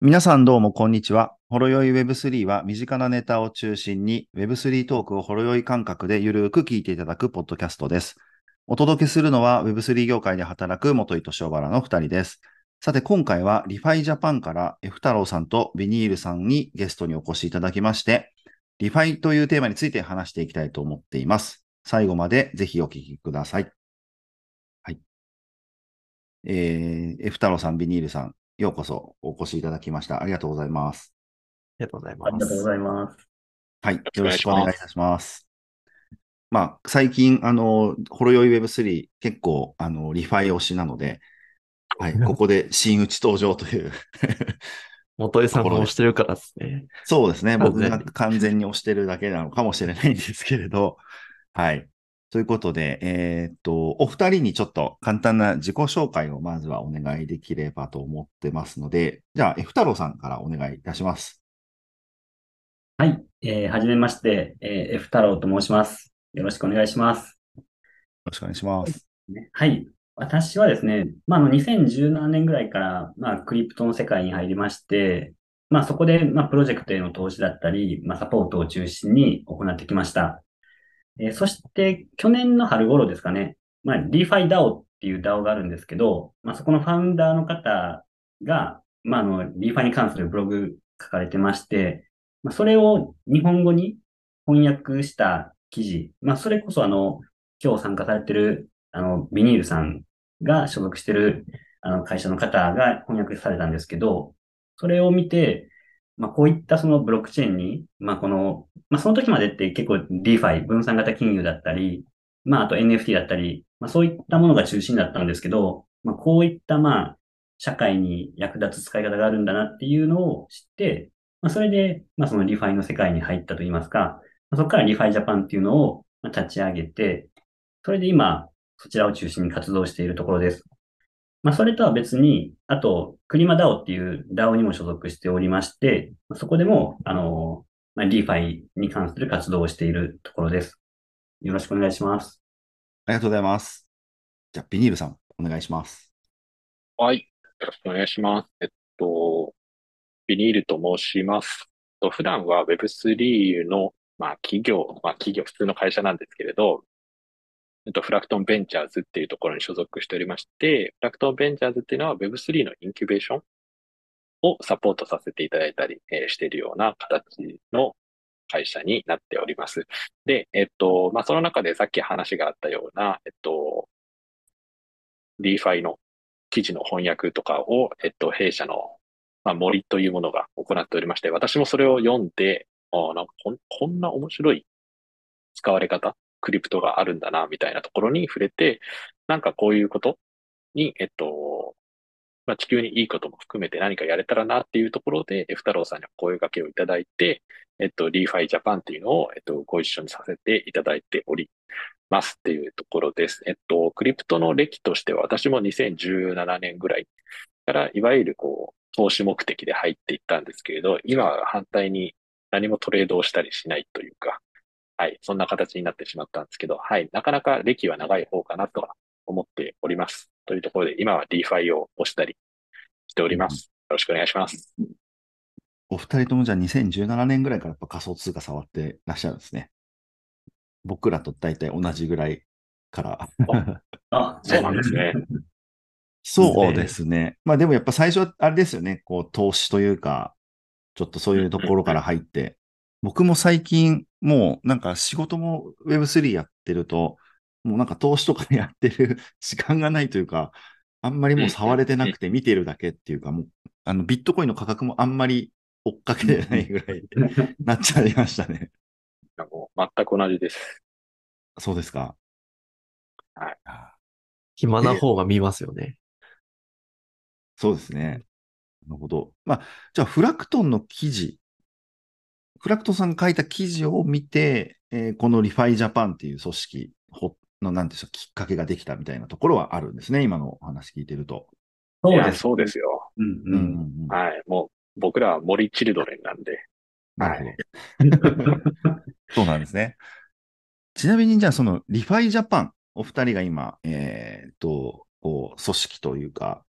皆さんどうもこんにちは。ほろよい Web3 は身近なネタを中心に Web3 トークをほろよい感覚でゆるく聞いていただくポッドキャストです。お届けするのは Web3 業界で働く元井敏夫原の2人です。さて今回はリファイジャパンから F 太郎さんとビニールさんにゲストにお越しいただきまして、リファイというテーマについて話していきたいと思っています。最後までぜひお聞きください。はい。F 太郎さん、ビニールさん、ようこそお越しいただきました。ありがとうございます。 ありがとうございあります。 がとうございます。 はい。 ろしくお願いよろしくお願します。 いいたします。最近、ほろよい Web3 結構、リファイ推しなので、はい。ここで真打ち登場という元井さんがところです。 押してるからですね。 そうですね。僕が完全に。 完全に推してるだけなのかもしれないんですけれど、はい。ということで、お二人にちょっと簡単な自己紹介をまずはお願いできればと思ってますので、じゃあ、F 太郎さんからお願いいたします。 はい。はじめまして、F 太郎と申します。よろしくお願いします。 よろしくお願いします。 ねはい。私はですね、2017年ぐらいから、クリプトの世界に入りまして、そこで、プロジェクトへの投資だったり、サポートを中心に行ってきました。そして、去年の春頃ですかね、DeFi DAO っていう DAO があるんですけど、そこのファウンダーの方が、DeFi に関するブログ書かれてまして、それを日本語に翻訳した記事、それこそ今日参加されてる、ビニールさんが所属してる、会社の方が翻訳されたんですけど、それを見て、こういったそのブロックチェーンに、その時までって結構 DeFi、分散型金融だったり、あと NFT だったり、そういったものが中心だったんですけど、こういった社会に役立つ使い方があるんだなっていうのを知って、それで、その DeFi の世界に入ったといいますか、そこから DeFi Japan っていうのを立ち上げて、それで今、そちらを中心に活動しているところです。それとは別に、あと、クリマ DAO っていう DAO にも所属しておりまして、そこでも、DeFi に関する活動をしているところです。よろしくお願いします。 ありがとうございます。じゃあ、ビニールさん、お願いします。 はい。よろしくお願いします。ビニールと申します。普段は Web3 の、企業、普通の会社なんですけれど、フラクトンベンチャーズっていうところに所属しておりまして、フラクトンベンチャーズっていうのは Web3 のインキュベーションをサポートさせていただいたり、しているような形の会社になっております。で、その中でさっき話があったような、DeFi の記事の翻訳とかを、弊社の、森というものが行っておりまして、私もそれを読んで、なんかこんな面白い使われ方、クリプトがあるんだな、みたいなところに触れて、なんかこういうことに、地球にいいことも含めて何かやれたらなっていうところで、F 太郎さんにお声掛けをいただいて、DeFi Japan っていうのを、ご一緒にさせていただいておりますっていうところです。クリプトの歴としては、私も2017年ぐらいから、いわゆる投資目的で入っていったんですけれど、今は反対に何もトレードをしたりしないというか、はい、そんな形になってしまったんですけど、はい、なかなか歴は長い方かなとは思っております。というところで、今は DeFi を押したりしておうんうん。 ります。よろしくお願いします。 お二人ともじゃあ2017年ぐらいからやっぱ仮想通貨触ってらっしゃるんですね。僕らと大体同じぐらいから。 あ、 あ、 そうなんですね。 いいですそうでね。 すね。まあでもやっぱ最初はあれですよね。投資というか、ちょっとそううんいうとうんうん。 ころから入って。僕も最近もうなんか仕事も Web3 やってると、もうなんか投資とかやってる時間がないというか、あんまりもううんうん触れてなうん。 くて見てるだけっていうか、もう、ビットコインの価格もあんまり追っかけてないぐらいなっちゃいましたね。 もう全く同じです。 そうですか。 はい。 あ暇なで、 方が見ますよね。 そうですね。なるほど。じゃあ、フラクトンの記事、フラクトンさんが書いた記事を見て、このリファイジャパンっていう組織の、なんていうんでしょう、きっかけができたみたいなところはあるんですね。今のお話聞いてると。 いや、 そうですね。 そうですよ。 うんうんうんううん。 ん。 はい。もう、僕らは森チルドレンなんで。はい。 なるほど。そうなんですね。ちなみに、じゃあ、そのリファイジャパン、お二人が今、組織というか、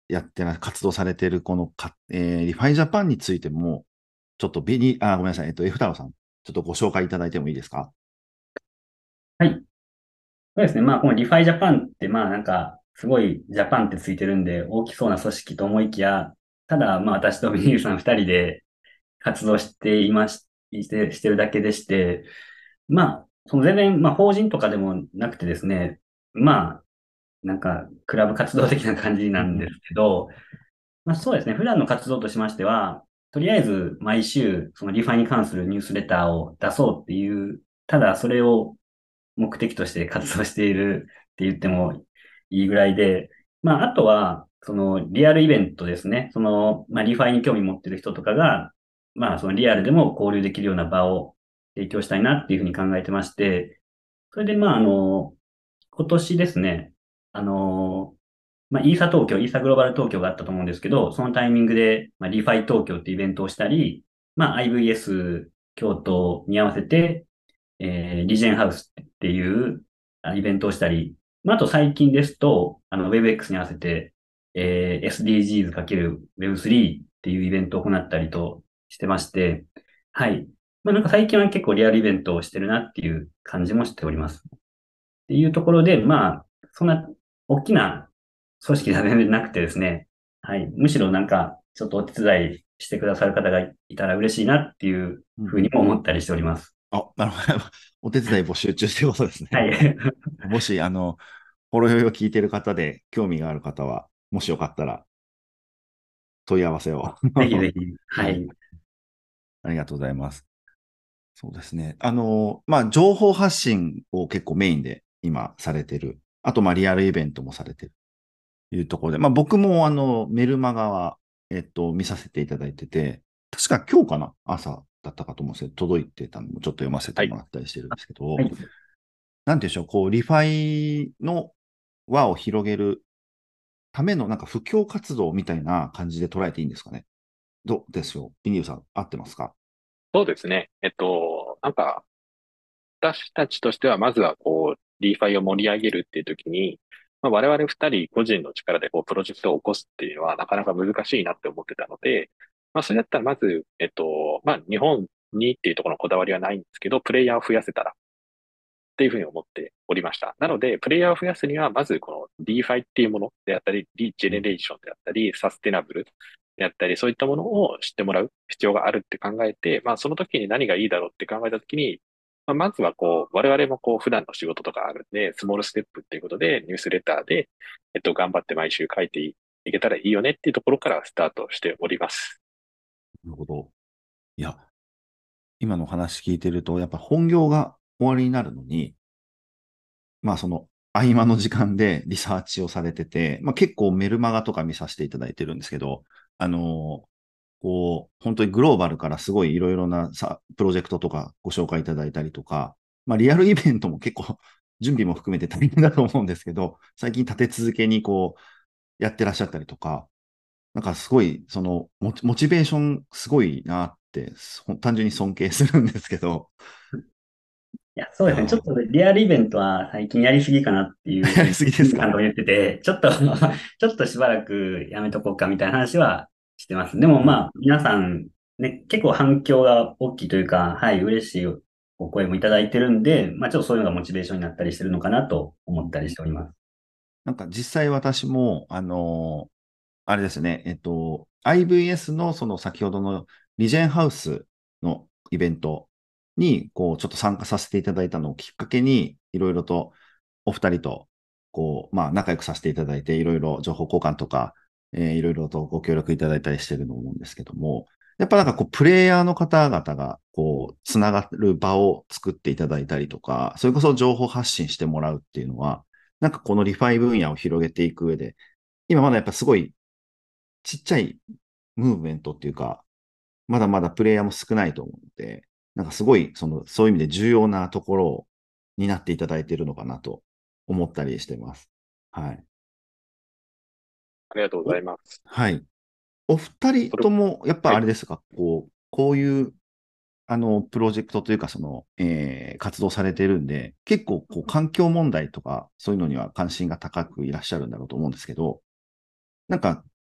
活動されているこのリファイジャパンについても、ちょっとごめんなさい、F 太郎さん、ちょっとご紹介いただいてもいいですか？ はい。そうですね。まあ、このリファイジャパンって、まあ、なんか、すごいジャパンってついてるんで、大きそうな組織と思いきや、ただ、まあ、私とビニールさん二人で活動していまし、してるだけでして、まあ、その全然、まあ、法人とかでもなくてですね、まあ、なんか、クラブ活動的な感じなんですけど、まあ、そうですね。普段の活動としましては、とりあえず毎週、そのリファイに関するニュースレターを出そうっていう、ただそれを目的として活動しているって言ってもいいぐらいで、まあ、あとは、そのリアルイベントですね。その、まあ、リファイに興味持ってる人とかが、まあ、そのリアルでも交流できるような場を提供したいなっていうふうに考えてまして、それで、まあ、今年ですね、あの、まあ、イーサグローバル東京があったと思うんですけど、そのタイミングで、まあ、リファイ東京ってイベントをしたり、まあ、IVS 京都に合わせて、リジェンハウスっていうイベントをしたり、まあ、あと最近ですと、WebX に合わせて、SDGs×Web3 っていうイベントを行ったりとしてまして、はい。まあ、なんか最近は結構リアルイベントをしてるなっていう感じもしております。っていうところで、まあ、そんな大きな組織では全然なくてですね、はい。むしろなんか、ちょっとお手伝いしてくださる方がいたら嬉しいなっていうふうにも思ったりしております。 なるほど。お手伝い募集中ということですね。 はい。 もし、ほろ酔いを聞いている方で興味がある方は、もしよかったら問い合わせを。 ぜひぜひ。ははい。 い。 ありがとうございます。そうですね。情報発信を結構メインで今されてる。あと、リアルイベントもされてるというところで、僕もメルマガは、見させていただいてて、確か今日かな朝だったかと思うんですけど、届いてたのもちょっと読ませてはい。 もらったりしてるんですけど、 はい。 なんていうんでしょう、こう、リファイの輪を広げるためのなんか布教活動みたいな感じで捉えていいんですかね？どうでしょう、ビニールさん、合ってますか？ そうですね。なんか、私たちとしては、まずはこう、リーファイを盛り上げるっていう時に、まあ、我々二人個人の力でこう、プロジェクトを起こすっていうのはなかなか難しいなって思ってたので、まあ、それだったらまず、まあ、日本にっていうところのこだわりはないんですけど、プレイヤーを増やせたらっていうふうに思っておりました。なので、プレイヤーを増やすには、まずこの DeFi っていうものであったり、リジェネレーションであったり、サステナブルであったり、そういったものを知ってもらう必要があるって考えて、まあその時に何がいいだろうって考えた時に、まあ、まずはこう、我々もこう、普段の仕事とかあるんで、スモールステップっていうことで、ニュースレターで、頑張って毎週書いていけたらいいよねっていうところからスタートしております。 なるほど。いや、今の話聞いてると、やっぱ本業が終わりになるのに、その合間の時間でリサーチをされてて、結構メルマガとか見させていただいてるんですけど、あの本当にグローバルからすごいいろいろなプロジェクトとかご紹介いただいたりとか、リアルイベントも結構準備も含めて大変だと思うんですけど、最近立て続けにやってらっしゃったりとか、なんかすごい、モチベーションすごいなって、単純に尊敬するんですけど、 いや、そうですね。ちょいやー、 っとリアルイベントは最近やりすぎかなっていうふやりうに、 すぎですか？ 感動言ってて、ちょっとちょっとしばらくやめとこうかみたいな話はしてます。でもまあ、皆さん、ね、結構反響が大きいというか、はい、嬉しいお声もいただいてるんで、まあちょっとそういうのがモチベーションになったりしてるのかなと思ったりしております。 なんか実際私も、あれですね、IVS のその先ほどのリジェンハウスのイベントに、ちょっと参加させていただいたのをきっかけに、いろいろとお二人と、仲良くさせていただいて、いろいろ情報交換とか、いろいろとご協力いただいたりしてると思うんですけども、やっぱなんかプレイヤーの方々が、つながる場を作っていただいたりとか、それこそ情報発信してもらうっていうのは、なんかこのリファイ分野を広げていく上で、今まだやっぱすごいちっちゃいムーブメントっていうか、まだまだプレイヤーも少ないと思うので、なんかすごい、そういう意味で重要なところになっていただいているのかなと思ったりしてます。はい。 ありがとうございます。 はい。お二人それ、 とも、やっぱはい。 あれですか、こういう、プロジェクトというか、活動されてるんで、結構、環境問題とか、そういうのには関心が高くいらっしゃるんだろうと思うんですけど、なんか、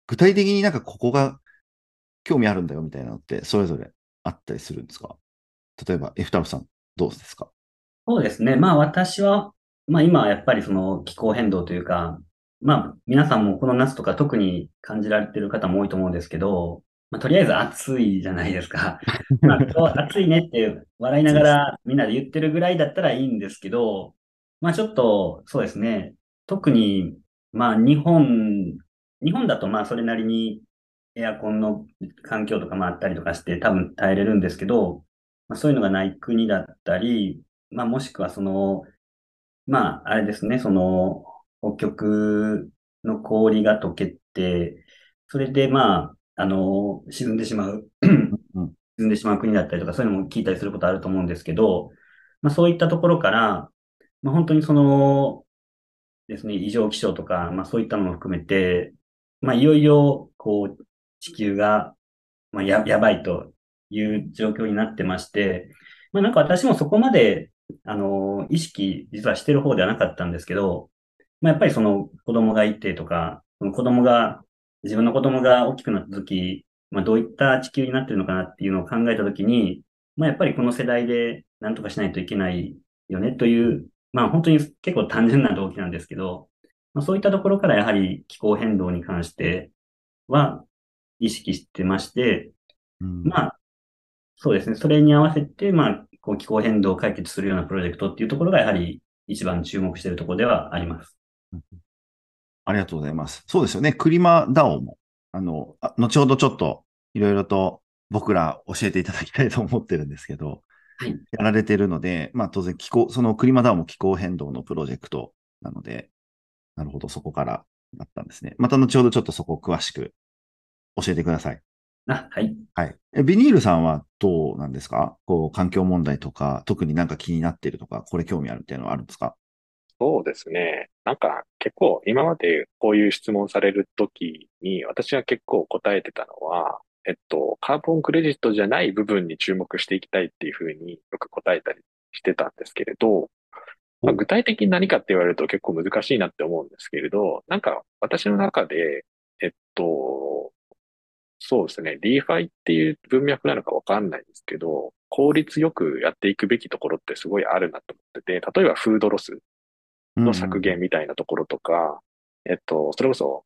具体的になんかここが興味あるんだよみたいなのってそれぞれあったりするんですか？例えば、F 太郎さん、どうですか？ そうですね。まあ私は、まあ今はやっぱりその気候変動というか、まあ皆さんもこの夏とか特に感じられてる方も多いと思うんですけど、まあとりあえず暑いじゃないですか。まあ今日暑いねって笑いながそうです。 らみんなで言ってるぐらいだったらいいんですけど、まあちょっとそうですね。特に、まあ日本だとまあそれなりにエアコンの環境とかもあったりとかして多分耐えれるんですけど、まあそういうのがない国だったり、まあ、もしくはまあ、あれですね、北極の氷が溶けて、それで、まあ、沈んでしまう、 うん。 沈んでしまう国だったりとか、そういうのも聞いたりすることあると思うんですけど、まあ、そういったところから、まあ、本当にですね、異常気象とか、まあ、そういったのも含めて、まあ、いよいよ、地球が、まあ、やばいという状況になってまして、まあなんか私もそこまで、意識実はしてる方ではなかったんですけど、まあやっぱりその子供がいてとか、その自分の子供が大きくなった時、まあどういった地球になってるのかなっていうのを考えた時に、まあやっぱりこの世代で何とかしないといけないよねという、まあ本当に結構単純な動機なんですけど、まあそういったところからやはり気候変動に関しては意識してまして、 うん。 まあ、そうですね。それに合わせて、まあ、気候変動を解決するようなプロジェクトっていうところが、やはり一番注目しているところではあります。 ありがとうございます。そうですよね。クリマダオも、後ほどちょっといろいろと僕ら教えていただきたいと思ってるんですけど、 はい。 やられてるので、まあ当然そのクリマダオも気候変動のプロジェクトなので、なるほど、そこからだったんですね。また後ほどちょっとそこを詳しく教えてください。 はい。 はい。ビニールさんはどうなんですか？こう、環境問題とか、特になんか気になっているとか、これ興味あるっていうのはあるんですか？ そうですね。なんか結構今までこういう質問されるときに私が結構答えてたのは、カーボンクレジットじゃない部分に注目していきたいっていうふうによく答えたりしてたんですけれど、まあ、 お。 具体的に何かって言われると結構難しいなって思うんですけれど、なんか私の中で、えっと、そうですね、リーファイっていう文脈なのかわかんないんですけど、効率よくやっていくべきところってすごいあるなと思ってて、例えばフードロスうんの削減みたいなところとか、それこそ、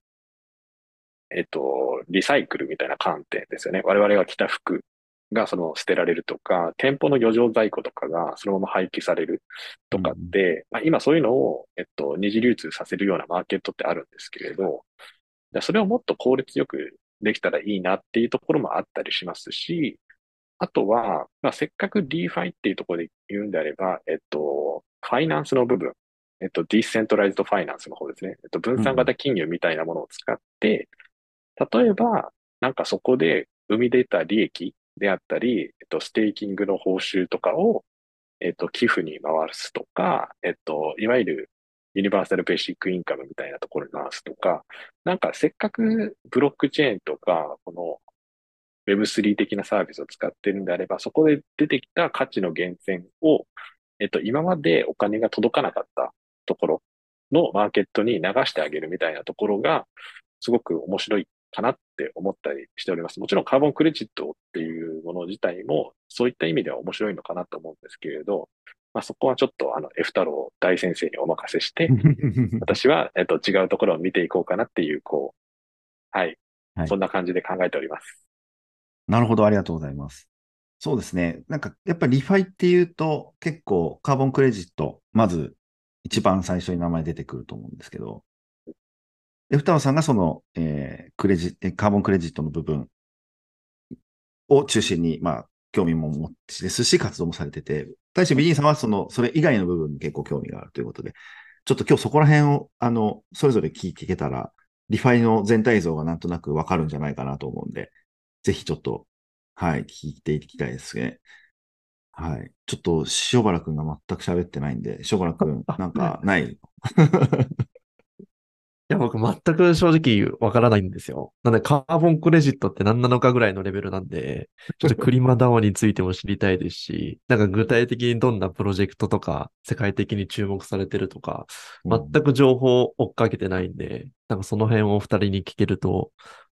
リサイクルみたいな観点ですよね。我々が着た服がその捨てられるとか、店舗の余剰在庫とかがそのまま廃棄されるとうん。 かって、まあ、今そういうのを、二次流通させるようなマーケットってあるんですけれど、それをもっと効率よくできたらいいなっていうところもあったりしますし、あとは、まあ、せっかく DeFi っていうところで言うんであれば、ファイナンスの部分、ディセントライズドファイナンスの方ですね。分うん。 散型金融みたいなものを使って、例えば、なんかそこで生み出た利益であったり、ステーキングの報酬とかを、寄付に回すとか、いわゆるユニバーサルベーシックインカムみたいなところに回すとか、なんかせっかくブロックチェーンとか、この Web3 的なサービスを使ってるんであれば、そこで出てきた価値の源泉を、今までお金が届かなかったところのマーケットに流してあげるみたいなところが、すごく面白いかなって思ったりしております。もちろんカーボンクレジットっていうもの自体も、そういった意味では面白いのかなと思うんですけれど、まあ、そこはちょっとF 太郎大先生にお任せして、私は、違うところを見ていこうかなっていう、はい。 はい。 そんな感じで考えております。 なるほど、ありがとうございます。そうですね。なんか、やっぱりリファイっていうと、結構カーボンクレジット、まず一番最初に名前出てくると思うんですけど、F 太郎さんがその、カーボンクレジットの部分を中心に、まあ、興味もお持ちですし、活動もされてて、対してビニーさんはそれ以外の部分に結構興味があるということで、ちょっと今日そこら辺を、それぞれ聞けたら、リファイの全体像がなんとなくわかるんじゃないかなと思うんで、ぜひちょっと、はい、聞いていきたいですね。はい。ちょっと、塩原くんが全く喋ってないんで、塩原くん、 あ、 なんいかない？ や、僕全く正直わからないんですよ。なんで、カーボンクレジットって何なのかぐらいのレベルなんで、ちょっとクリマダオについても知りたいですし、なんか具体的にどんなプロジェクトとか、世界的に注目されてるとか、全うん。 く情報を追っかけてないんで、なんかその辺をお二人に聞けると、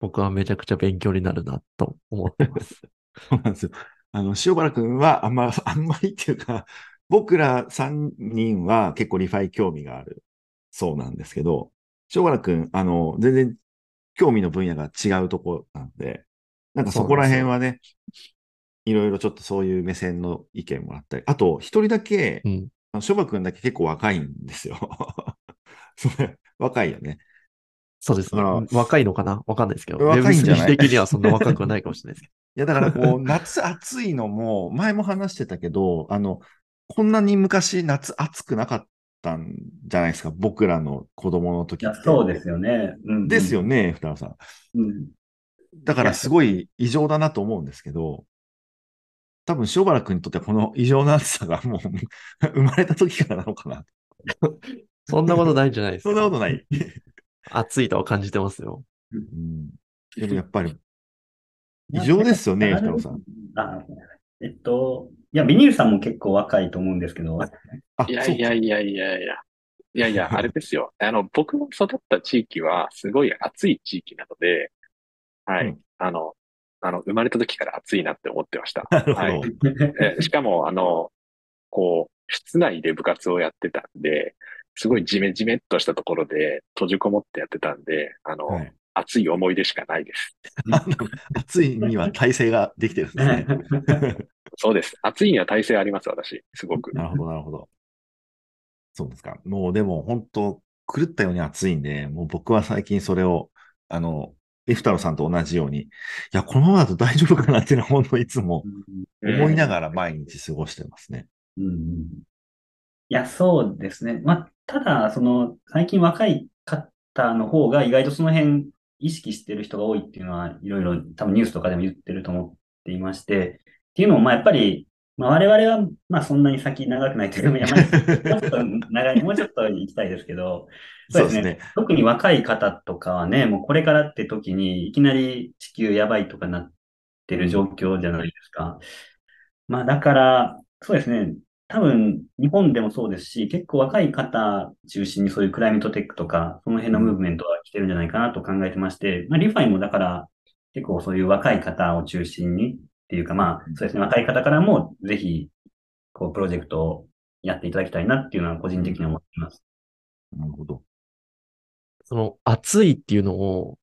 僕はめちゃくちゃ勉強になるなと思ってます。 そうなんですよ。塩原くんはあんまりっていうか、僕ら3人は結構リファイ興味があるそうなんですけど、塩原くん、全然興味の分野が違うところなんで、なんかそこらそうなんですよ。 辺はね、いろいろちょっとそういう目線の意見もらったり、あと、一人だけ、 うん。 翔馬くんだけ結構若いんですよ。それ、若いよね。 そうですね。 だか若いのかなわかんないですけど、 ら、若いんじゃ Web3 ない的にはそんな若くはないかもしれないですけいや、だからこう、夏暑いのも、前も話してたけど、こんなに昔夏暑くなかったんじゃないですか。僕らの子供のいや、 時って。 そうですよね。うんでうん。 すよね、二野さん。 うん。 だからいや、 すごい異常だなと思うんですけど、多分塩原くんにとってはこの異常な暑さがもう生まれた時からなのかな。 ど。そんなことないんじゃないですそんなこか。 とない。 暑いとは感じてますよ。 うん。 うん、でもやっぱり異いや、 常ですよね、 ある、 二野さん。 あ、いや、ビニールさんも結構若いと思うんですけど、 あ、 いやそうか。 いやいやいやいや。いやいや、あれですよ。僕の育った地域はすごい暑い地域なので、はい。 うん。 生まれた時から暑いなって思ってました。はい。 なるほど。 しかも、室内で部活をやってたんで、すごいジメジメっとしたところで閉じこもってやってたんで、 はい。 熱い思い出しかないです。 暑いには耐性ができてるんですね。 そうです。暑いには耐性あります、私。すごく。 なるほど、なるほど。そうですか。もうでも本当、狂ったように暑いんで、もう僕は最近それを、あの、F 太郎さんと同じように、いや、このままだと大丈夫かなっていうのは本当いつもう思いなん。 がら毎日過ごしてますね。 うん。いや、そうですね。まあ、ただ、最近若い方の方が意外とその辺意識してる人が多いっていうのは、いろいろ多分ニュースとかでも言ってると思っていまして、っていうのも、まあ、やっぱり、まあ、我々は、まあ、そんなに先長くないというか、いや、まあ、もうちょっと長い、もうちょっと行きたいですけど、そうですね。 そうですね。 特に若い方とかはね、もうこれからって時に、いきなり地球やばいとかなってる状うん。 況じゃないですか。まあ、だから、そうですね。多分、日本でもそうですし、結構若い方中心にそういうクライメットテックとか、その辺うん。 のムーブメントは来てるんじゃないかなと考えてまして、まあ、リファイもだから、結構そういう若い方を中心にっていうか、まあ、そうですね。若い方からも、ぜひ、こう、プロジェクトをやっていただきたいなっていうのは、個人うん。 的に思っています。 その暑いっていうのを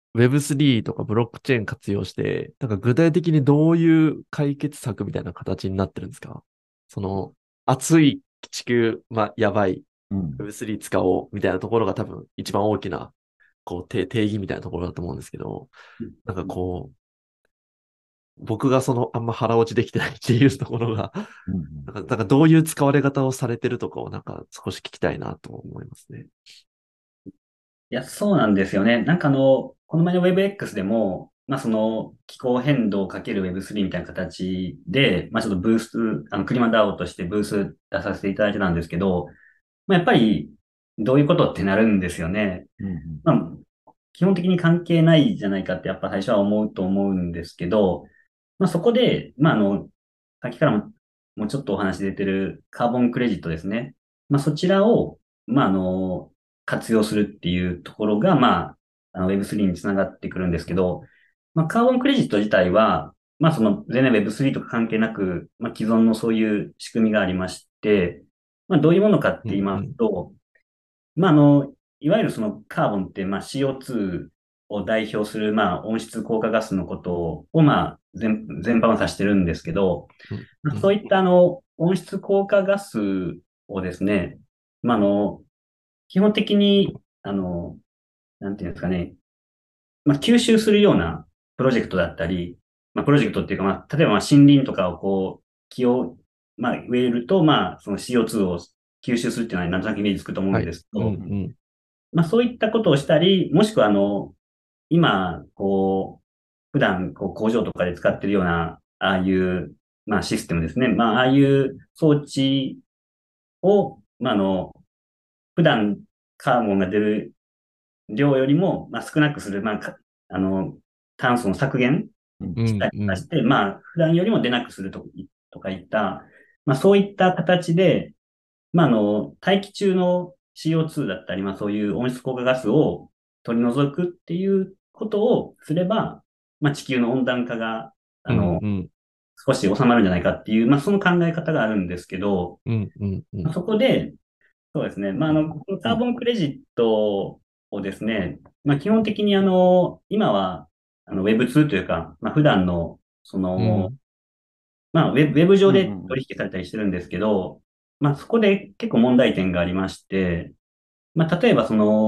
Web3 とかブロックチェーン活用して、なんか具体的にどういう解決策みたいな形になってるんですか？その暑い地球、まあ、やばいうん。 Web3 使おうみたいなところが多分一番大きなこう定義みたいなところだと思うんですけど、なんかこう、僕があんま腹落ちできてないっていうところが、 うん。 なんかどういう使われ方をされてるとかをなんか少し聞きたいなと思いますね。 いや、そうなんですよね。この前の WebX でも、まあ気候変動かける Web3 みたいな形で、まあちょっとブース、クリマダオとしてブース出させていただいてたんですけど、まあやっぱり、どういうことってなるんですよね。 うん。 まあ、基本的に関係ないじゃないかってやっぱ最初は思うと思うんですけど、まあそこで、まあさっきからもうちょっとお話出てるカーボンクレジットですね。まあそちらを、まあ活用するっていうところが、まあ、Web3 につながってくるんですけど、まあカーボンクレジット自体は、まあ全然 Web3 とか関係なく、まあ既存のそういう仕組みがありまして、まあどういうものかって言いますうんうん。 と、まあいわゆるそのカーボンって、まあ CO2 を代表する、まあ温室効果ガスのことを、まあ全般を指してるんですけど、 うんまあ、そうん。 ういった温室効果ガスをですね、まあ基本的に、なんていうんですかね、まあ吸収するようなプロジェクトだったり、まあプロジェクトっていうか、まあ例えばまあ森林とかをこう、まあ植えると、まあその CO2 を吸収するっていうのはなんとなくイメージつくと思うんはい。 ですけうんうど、 ん。 まあそういったことをしたり、もしくは今、普段工場とかで使ってるような、ああいう、まあシステムですね。まあああいう装置を、まあ普段カーボンが出る量よりも、まあ、少なくする、まあ、炭素の削減うん。 うんしたりうん。 とかして、まあ、普段よりも出なくするとかいった、まあ、そういった形で、まあ、大気中の CO2 だったり、まあ、そういう温室効果ガスを取り除くっていうことをすれば、まあ、地球の温暖化が、 うんうん少し収まるんじゃないかっていう、まあ、その考え方があるんですけど、 うんうんうんそこで、そうですね。まあ、このカーボンクレジットをですね、まあ、基本的に今は、Web2 というか、まあ、普段の、まあ、ウェブ上で取引されたりしてるんですけど、まあ、そこで結構問題点がありまして、まあ、例えば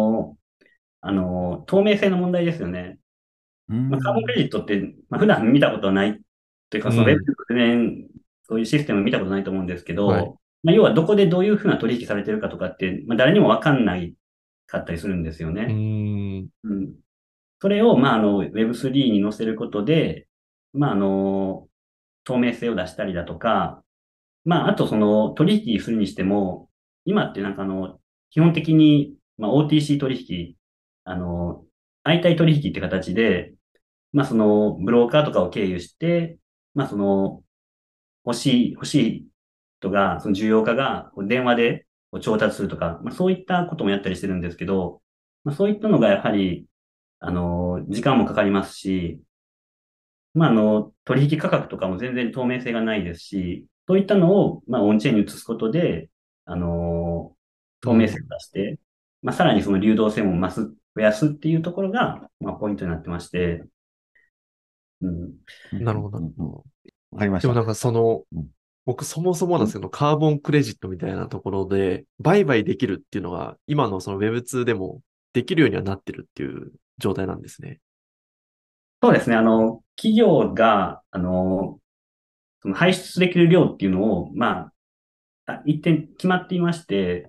透明性の問題ですよね。まあ、カーボンクレジットって、まあ、普段見たことはないというか、そのウェブで全然そういうシステム見たことないと思うんですけはい。 ど、まあ、要はどこでどういうふうな取引されてるかとかって、まあ、誰にもわかんないかったりするんですようね。 ーん。 うん。それを、まあ、Web3 に載せることで、まあ、透明性を出したりだとか、まあ、あと取引するにしても、今ってなんか基本的に、まあ、OTC 取引、あの、相対取引って形で、まあ、ブローカーとかを経由して、まあ、欲しい人が、その需要家がこう電話でこう調達するとか、まあ、そういったこともやったりしてるんですけど、まあ、そういったのがやはり、時間もかかりますし、まあ、取引価格とかも全然透明性がないですし、そういったのを、まあ、オンチェーンに移すことで、あの、透明性をうん。 出して、まあ、さらにその流動性も増やすっていうところが、まあ、ポイントになってまして、うん。 なるほど、なるほど。 わかりました。 でもなんかうん。 僕そもそもなんですけど、カーボンクレジットみたいなところで、売買できるっていうのが、今のその Web2 でもできるようにはなってるっていう状態なんですね。 そうですね。企業が、その排出できる量っていうのを、ま一点決まっていまして、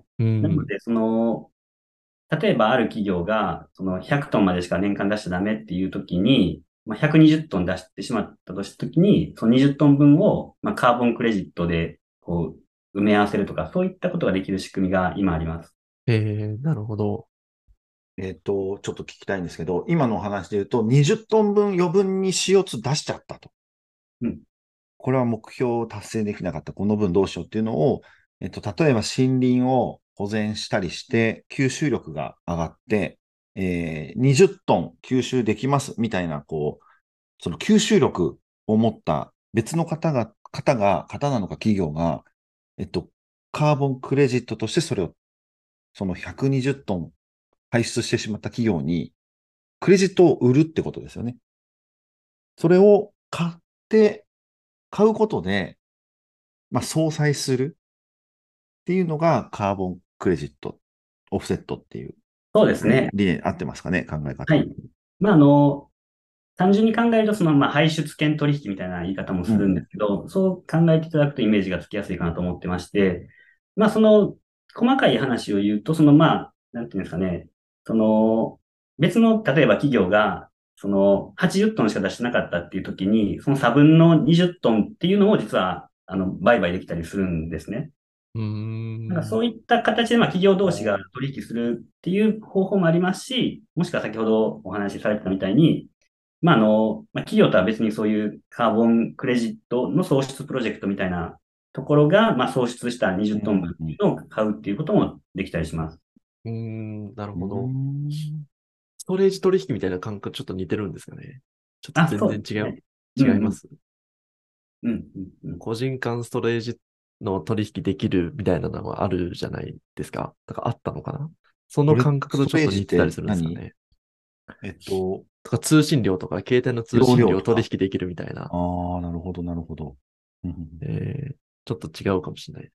うん。 なので、例えばある企業が、100トンまでしか年間出しちゃダメっていう時に、まあ、120トン出してしまったとした時に、その20トン分を、まあ、カーボンクレジットで、こ埋め合わせるとか、そういったことができる仕組みが今あります。 なるほど。 ちょっと聞きたいんですけど、今のお話で言うと、20トン分余分に CO2 出しちゃったと。 うん。 これは目標を達成できなかった。この分どうしようっていうのを、例えば森林を保全したりして、吸収力が上がって、20トン吸収できますみたいな、その吸収力を持った別の方なのか企業が、えっと、カーボンクレジットとしてそれを、その120トン排出してしまった企業に、クレジットを売るってことですよね。それを買うことで、まあ、相殺するっていうのがカーボンクレジット、オフセットっていうそうですね。 理念合ってますかね、考え方。 はい。まあ、単純に考えると、まあ、排出権取引みたいな言い方もするんでうん。 すけど、そう考えていただくとイメージがつきやすいかなと思ってまして、まあ、細かい話を言うと、まあ、なんていうんですかね、別の、例えば企業が、80トンしか出してなかったっていう時に、その差分の20トンっていうのを実は、売買できたりするんですね。 うーなんかん。 そういった形で、まあ、企業同士がおー取引するっていう方法もありますし、もしくは先ほどお話しされてたみたいに、まあ、まあ、企業とは別にそういうカーボンクレジットの創出プロジェクトみたいなところが、まあ、創出した20 うんトン分ってうんいうのを買うっていうこともできたりします。 なるうほど。 ん。 ストレージ取引みたいな感覚ちょっと似てるんですかね。ちょっとあ、 全然そうですね。うんうん。 違います。 うんうんうん。 個人間ストレージの取引できるみたいなのはあるじゃないですか。だからあったのかな。その感覚とちょっとストレージっ似てたりするんですかてね。 えっと、 とか通信料とか携帯の通容信料量とか。 取引できるみたいな。 ああ、なるほど、なるほど。うん。 ちょっと違うかもしれないです。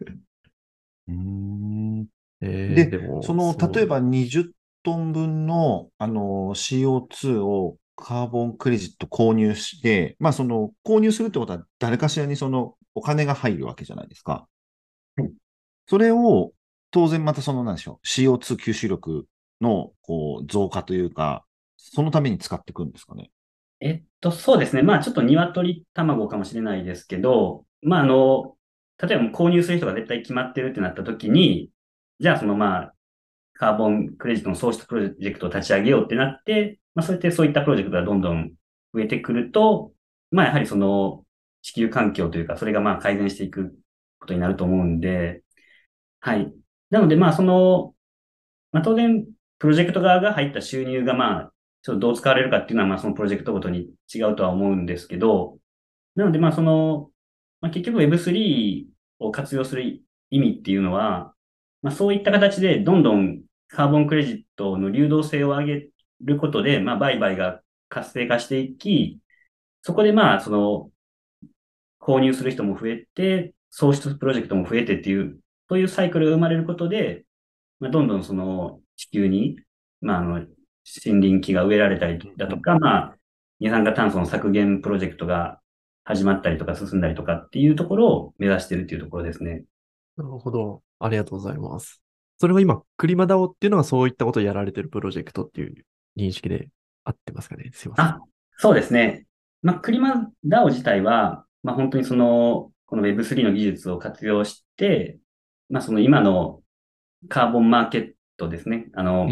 うんで、 でも、 例えば20トン分の、CO2 をカーボンクレジット購入して、まあ、購入するってことは誰かしらにお金が入るわけじゃないですか。 はい。 それを、当然またなんでしょう、CO2 吸収力の、増加というか、そのために使っていくんですかね。 そうですね。まあ、ちょっと鶏卵かもしれないですけど、まあ、例えばもう購入する人が絶対決まってるってなった時に、じゃあまあ、カーボンクレジットの創出プロジェクトを立ち上げようってなって、まあ、そういったプロジェクトがどんどん増えてくると、まあ、やはり地球環境というか、それがまあ改善していくことになると思うんで、はい。なので、まあ、まあ、当然、プロジェクト側が入った収入がまあ、 ちょっとどう使われるかっていうのは、まあそのプロジェクトごとに違うとは思うんですけど、なのでまあまあ結局 Web3 を活用する意味っていうのは、まあそういった形でどんどんカーボンクレジットの流動性を上げることで、まあ売買が活性化していき、そこでまあ購入する人も増えて、創出プロジェクトも増えてっていう、そういうサイクルが生まれることで、まあ、どんどん地球に、まあ森林木が植えられたりだとか、まあ二酸化炭素の削減プロジェクトが始まったりとか進んだりとかっていうところを目指しているっていうところですね。 なるほど。ありがとうございます。それは今、クリマダオっていうのはそういったことをやられてるプロジェクトっていう認識で合ってますかね。すいません。 あ、そうですね。まあ、クリマダオ自体は、まあ、本当にこの Web3 の技術を活用して、まあ、その今のカーボンマーケットですね。 うん。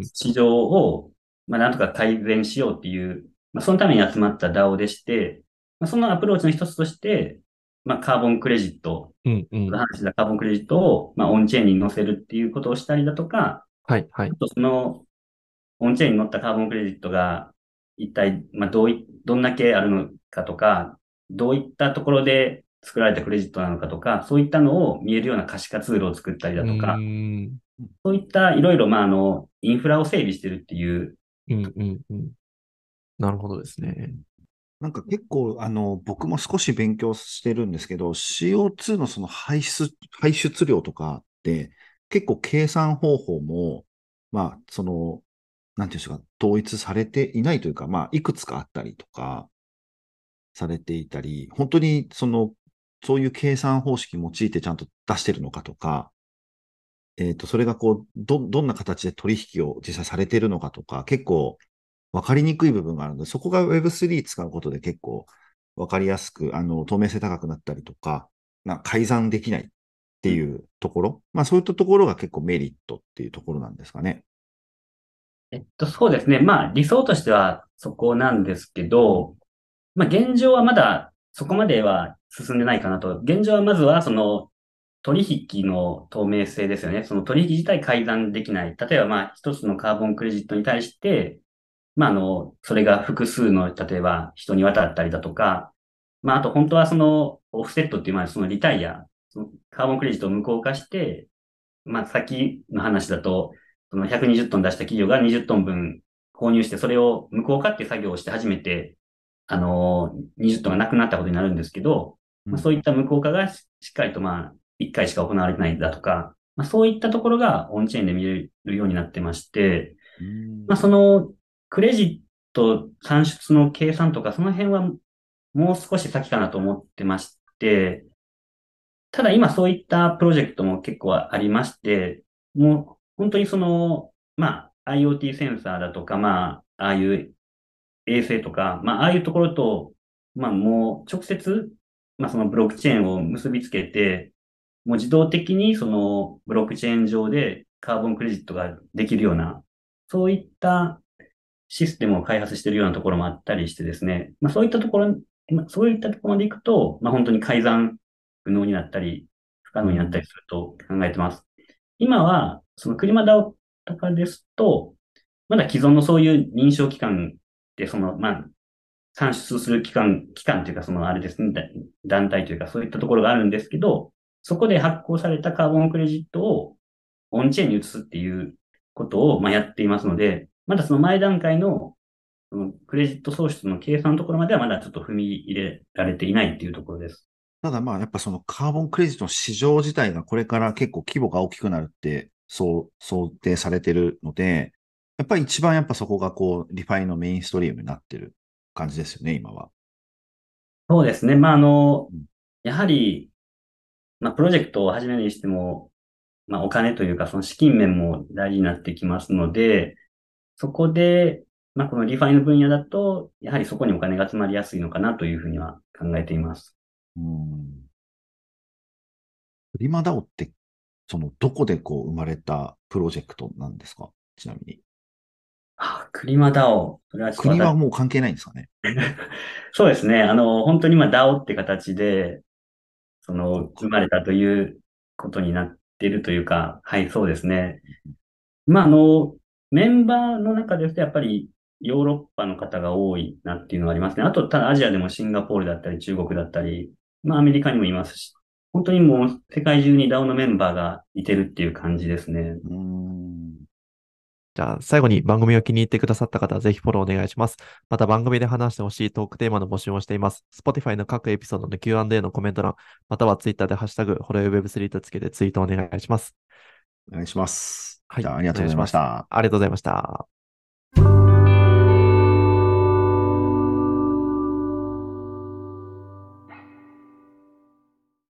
市場を、まあ、なんとか改善しようっていう、まあ、そのために集まった DAO でして、まあ、そのアプローチの一つとして、まあ、カーボンクレジット、 うん、うん。 話したカーボンクレジットを、まあ、オンチェーンに載せるっていうことをしたりだとか、 はい、はい。 あとオンチェーンに載ったカーボンクレジットが、一体、まあ、どんだけあるのかとか、どういったところで作られたクレジットなのかとか、そういったのを見えるような可視化ツールを作ったりうだとか、 ーん。 そういったいろいろ、まあ、インフラを整備してるっていう。 うん、うん、うん。なるほどですね。 なんか結構、僕も少し勉強してるんですけど、CO2 のその排出量とかって結構計算方法も、まあ、なんていうんですか、統一されていないというか、まあ、いくつかあったりとかされていたり、本当にそういう計算方式用いてちゃんと出してるのかとか、それがどんな形で取引を実際されているのかとか、結構わかりにくい部分があるので、そこが Web3 使うことで結構わかりやすく、透明性高くなったりとか、改ざんできないっていうところ、まあそういったところが結構メリットっていうところなんですかね。 そうですね。まあ、理想としてはそこなんですけど、まあ、現状はまだそこまでは進んでないかなと。現状はまずは取引の透明性ですよね。その取引自体改ざんできない。例えばまあ一つのカーボンクレジットに対して、まあそれが複数の、例えば人に渡ったりだとか、まああと本当はオフセットっていう、まあそのリタイア、そのカーボンクレジットを無効化して、まあさっきの話だと、その120トン出した企業が20トン分購入して、それを無効化っていう作業をして初めて、20トンがなくなったことになるんですけど、まあ、そういった無効化がしっかりとまあ、1回しか行われてないだとか、まあ、そういったところがオンチェーンで見れるようになってまして、 うん。 まあ、クレジット算出の計算とか、その辺はもう少し先かなと思ってまして、ただ今そういったプロジェクトも結構ありまして、もう本当にまあ IoT センサーだとか、まあ、ああいう衛星とか、まあああいうところと、まあもう直接、まあそのブロックチェーンを結びつけて、もう自動的にそのブロックチェーン上でカーボンクレジットができるような、そういったシステムを開発しているようなところもあったりしてですね、まあそういったところ、まあそういったところまで行くと、まあ本当に改ざん不能になったり、不可能になったりすると考えてます。今は、そのクリマダオとかですと、まだ既存のそういう認証機関で、まあ、算出する機関というか、あれですね、団体というか、そういったところがあるんですけど、そこで発行されたカーボンクレジットをオンチェーンに移すっていうことを、まあ、やっていますので、まだその前段階の、そのクレジット創出の計算のところまではまだちょっと踏み入れられていないっていうところです。 ただまあやっぱそのカーボンクレジットの市場自体がこれから結構規模が大きくなるって想定されてるので、やっぱり一番やっぱそこがリファイのメインストリームになってる感じですよね、今は。 そうですね。まあ、 うん。 やはり、まあ、プロジェクトを始めるにしても、まあ、お金というか、その資金面も大事になってきますので、そこで、まあ、このリファイの分野だと、やはりそこにお金が集まりやすいのかなというふうには考えています。 うん。フリマダオって、どこで生まれたプロジェクトなんですか、ちなみに。 クリマダオ。それはちょっと国はもう関係ないんですかね。 そうですね。本当にまあ DAO って形で、生そうか。 まれたということになっているというか、はい、そうですね。まあ、メンバーの中ですと、やっぱり、 ヨーロッパの方が多いなっていうのがありますね。あと、ただアジアでもシンガポールだったり中国だったり、まあアメリカにもいますし、本当にもう世界中に DAO のメンバーがいてるっていう感じですね。 うーん。 じゃあ、最後に番組を気に入ってくださった方はぜひフォローお願いします。また番組で話してほしいトークテーマの募集をしています。Spotify の各エピソードの Q&A のコメント欄、または Twitter でハッシュタグ、ホロヨイ Web3 とつけてツイートお願いします。 お願いします。 はい、 じゃあ、ありがとうございお願いします。 ました。 ありがとうございました。